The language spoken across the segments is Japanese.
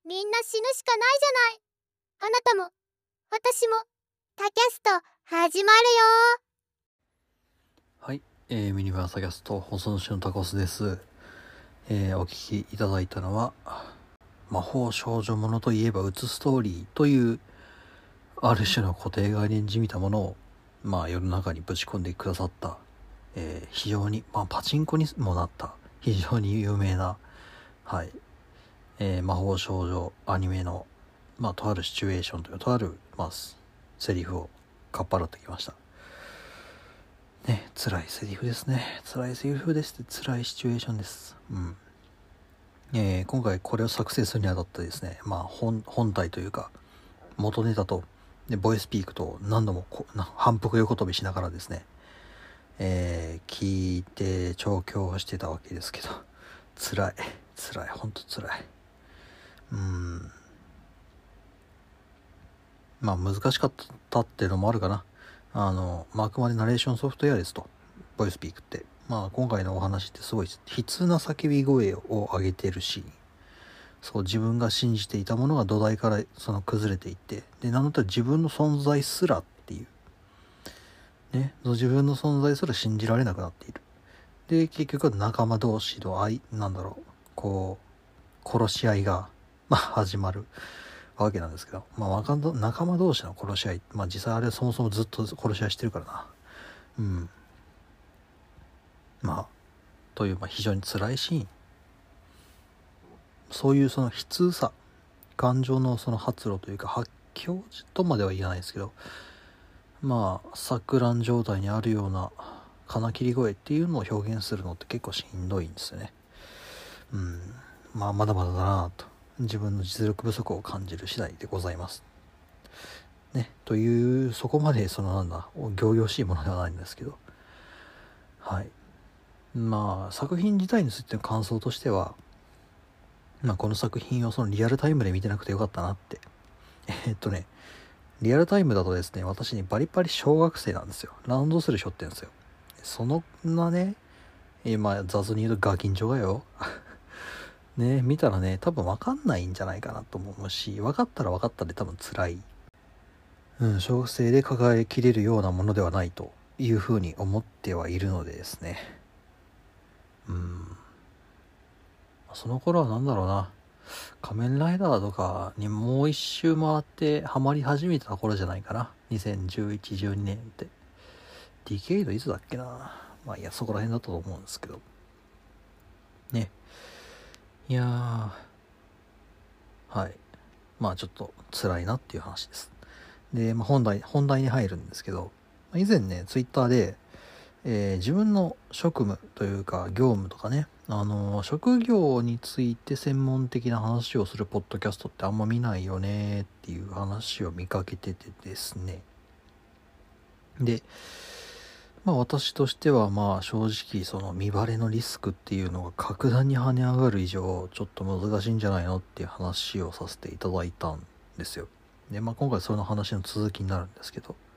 みんな死ぬしかないじゃない。あなたも、私も、タキャスト、始まるよ。 はい、ミニバーサキャスト、細野氏のタコスです。お聞きいただいたのは、魔法少女ものといえばうつストーリーという、ある種の固定概念じみたものを、世の中にぶち込んでくださった、非常に、パチンコにもなった、非常に有名な、はい、魔法少女アニメの、とあるシチュエーションというとある、セリフをかっぱらってきました。ね、辛いセリフですね。辛いセリフです。辛いシチュエーションです。今回これを作成するにあたってですね、本体というか元ネタとでボイスピークと何度も反復横跳びしながらですね、聞いて調教してたわけですけど、辛い、ほんと辛い。難しかったっていうのもあるかな。あくまでナレーションソフトウェアですと、ボイスピークって。今回のお話ってすごい悲痛な叫び声を上げてるし、そう、自分が信じていたものが土台から崩れていって、で、なんだったら自分の存在すらっていう、ね、自分の存在すら信じられなくなっている。で、結局は仲間同士の殺し合いが、始まるわけなんですけど、仲間同士の殺し合い、実際あれはそもそもずっと殺し合いしてるからな。という、非常に辛いシーン。そういうその悲痛さ、感情のその発露というか、発狂とまでは言わないですけど、錯乱状態にあるような金切り声っていうのを表現するのって結構しんどいんですよね。まだまだだなと、自分の実力不足を感じる次第でございます。ね、という、そこまで仰々しいものではないんですけど、はい。作品自体についての感想としては、この作品をリアルタイムで見てなくてよかったなって。リアルタイムだとですね、私にバリバリ小学生なんですよ。ランドセル背負ってるんですよ。そんなね、雑に言うとガキンチョがよ。ね、見たらね、多分分かんないんじゃないかなと思うし、分かったら分かったで多分辛い。小学生で抱えきれるようなものではないというふうに思ってはいるのでですね。その頃は仮面ライダーとかにもう一周回ってハマり始めたところじゃないかな。2011、12年って。ディケイドいつだっけな。そこら辺だったと思うんですけど。ね。いやー、はい。ちょっと辛いなっていう話です。で、本題に入るんですけど、以前ね、ツイッターで、自分の職務というか業務とかね、職業について専門的な話をするポッドキャストってあんま見ないよねっていう話を見かけててですね。で、私としては正直見バレのリスクっていうのが格段に跳ね上がる以上ちょっと難しいんじゃないのっていう話をさせていただいたんですよ。で、今回その話の続きになるんですけど、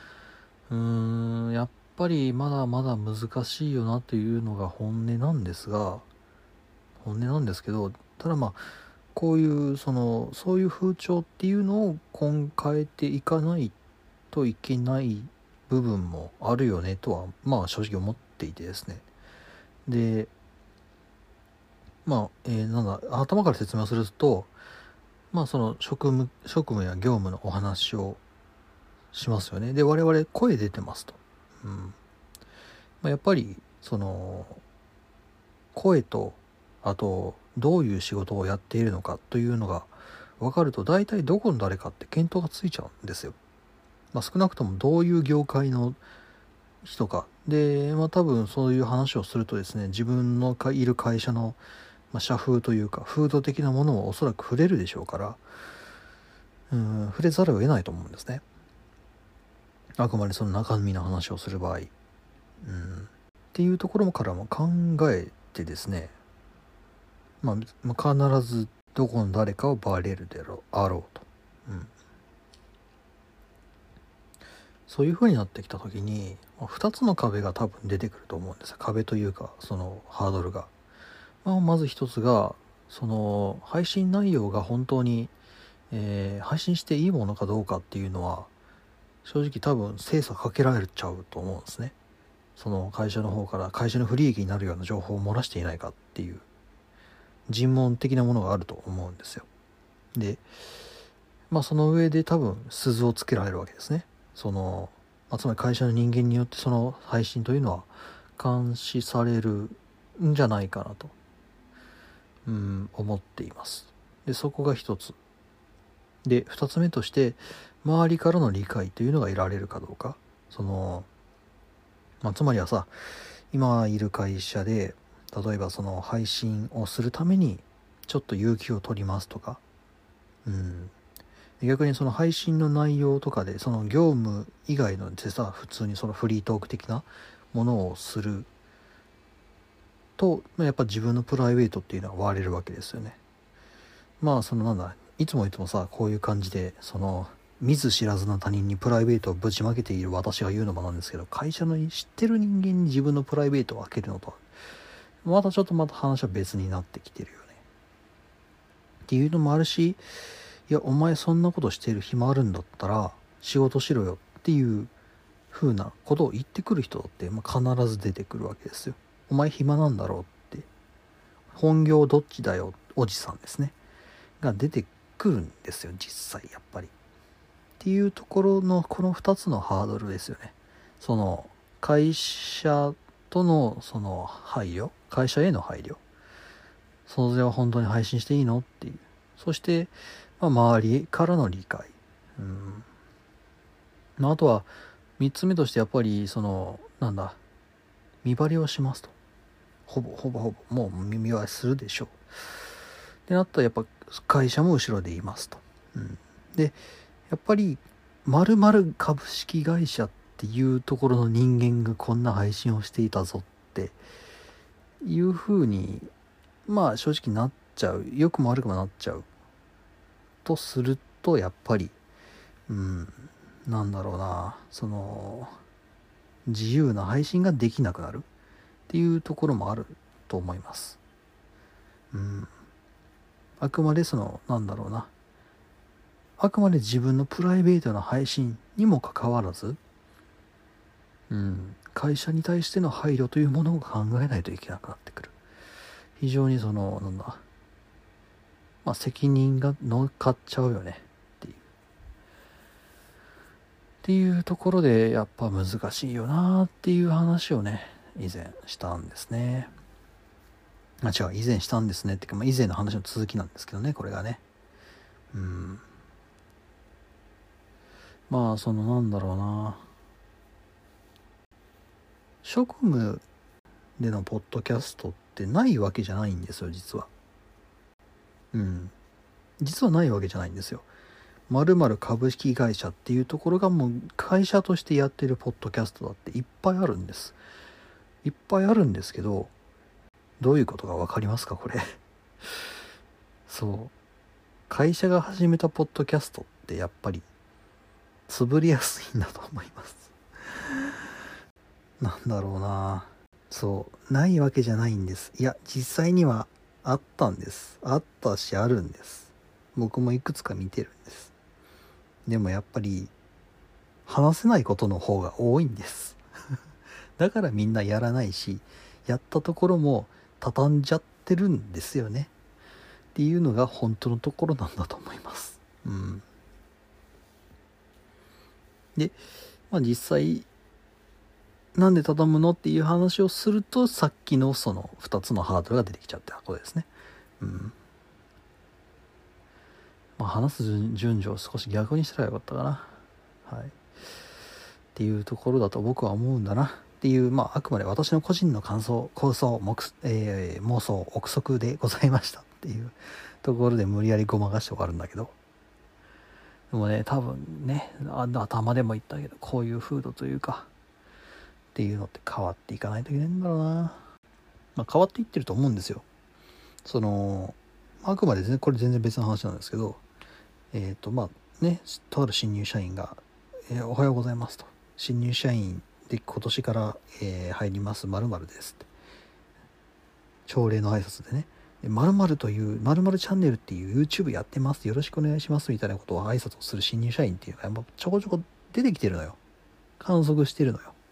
やっぱりまだまだ難しいよなというのが本音なんですけど、ただこういうそういう風潮っていうのを変えていかないといけない部分もあるよねとは正直思っていてですね。で、頭から説明すると、職務や業務のお話をしますよね。で、我々声出てますと。やっぱり声と、あとどういう仕事をやっているのかというのが分かると、大体どこの誰かって見当がついちゃうんですよ。少なくともどういう業界の人かで、多分そういう話をするとですね、自分のいる会社の、社風というか風土的なものもおそらく触れるでしょうから、触れざるを得ないと思うんですね。あくまでその中身の話をする場合、っていうところからも考えてですね、必ずどこの誰かはバレるであろうと、そういう風になってきた時に2つの壁が多分出てくると思うんですよ。壁というかそのハードルが、まず一つがその配信内容が本当に、配信していいものかどうかっていうのは正直多分精査かけられちゃうと思うんですね。その会社の方から会社の不利益になるような情報を漏らしていないかっていう尋問的なものがあると思うんですよ。で、その上で多分鈴をつけられるわけですね。その、つまり会社の人間によってその配信というのは監視されるんじゃないかなと、思っています。で、そこが一つ。で、二つ目として周りからの理解というのが得られるかどうか。その、つまりはさ、今いる会社で例えばその配信をするためにちょっと有給を取りますとか、逆にその配信の内容とかでその業務以外のでさ、普通にそのフリートーク的なものをするとやっぱ自分のプライベートっていうのは割れるわけですよね。そのいつもさ、こういう感じでその見ず知らずの他人にプライベートをぶちまけている私が言うのもなんですけど、会社の知ってる人間に自分のプライベートを開けるのとまたちょっと話は別になってきてるよねっていうのもあるし、いやお前そんなことしてる暇あるんだったら仕事しろよっていう風なことを言ってくる人だって、必ず出てくるわけですよ。お前暇なんだろうって、本業どっちだよおじさんですねが出てくるんですよ、実際やっぱりっていうところのこの2つのハードルですよね。その会社とのその配慮、会社への配慮、それは本当に配信していいのっていう、そして、周りからの理解、あとは3つ目としてやっぱりその見張りをしますと、ほぼもう耳はするでしょうってなったらやっぱ会社も後ろでいますと、でやっぱり〇〇株式会社っていうところの人間がこんな配信をしていたぞっていう風に正直なっちゃう、良くも悪くもなっちゃうとすると、やっぱりその自由な配信ができなくなるっていうところもあると思います。あくまであくまで自分のプライベートな配信にもかかわらず、会社に対しての配慮というものを考えないといけなくなってくる。非常に責任が乗っかっちゃうよねっていうところでやっぱ難しいよなっていう話をね、以前したんですね。以前したんですねっていうか、以前の話の続きなんですけどね、これがね。職務でのポッドキャストってないわけじゃないんですよ、実は。実はないわけじゃないんですよ。〇〇株式会社っていうところがもう会社としてやってるポッドキャストだっていっぱいあるんです。いっぱいあるんですけど、どういうことがわかりますか、これ。そう。会社が始めたポッドキャストってやっぱり潰れやすいんだと思います。そう、ないわけじゃないんです。いや、実際にはあったんです。あったしあるんです。僕もいくつか見てるんです。でもやっぱり話せないことの方が多いんです。だからみんなやらないし、やったところも畳んじゃってるんですよね。っていうのが本当のところなんだと思います。で、実際なんで畳むのっていう話をすると、さっきのその2つのハードルが出てきちゃったことですね。話す順序を少し逆にしたらよかったかな。っていうところだと僕は思うんだなっていう、あくまで私の個人の感想、妄想、憶測でございましたっていうところで無理やりごまかして終わるんだけど、でもね、多分ね、頭でも言ったけど、こういう風土というかっていうのって変わっていかないといけないんだろうな。変わっていってると思うんですよ。あくまでこれ全然別の話なんですけど、とある新入社員が、おはようございますと。新入社員で今年から、入ります〇〇ですって。朝礼の挨拶でね、 〇〇という〇〇チャンネルっていう YouTube やってます、よろしくお願いしますみたいなことを挨拶をする新入社員っていうのがやっぱちょこちょこ出てきてるのよ。観測してるのよ。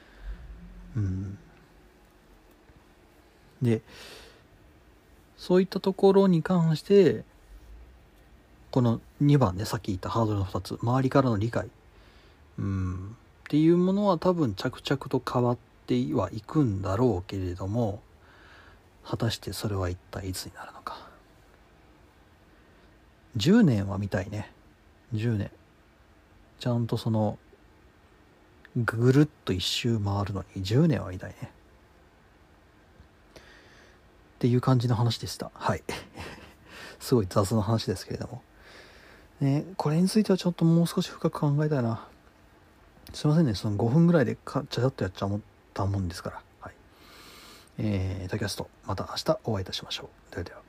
でそういったところに関してこの2番でさっき言ったハードルの2つ、周りからの理解っていうものは多分着々と変わってはいくんだろうけれども、果たしてそれは一体いつになるのか。10年は見たいね。10年ちゃんとそのぐるっと一周回るのに10年は見たいねっていう感じの話でした。はいすごい雑な話ですけれどもね、これについてはちょっともう少し深く考えたいな。すいませんね、その5分ぐらいでちゃちゃっとやっちゃったもんですから。はい。タキャストまた明日お会いいたしましょう。ではでは。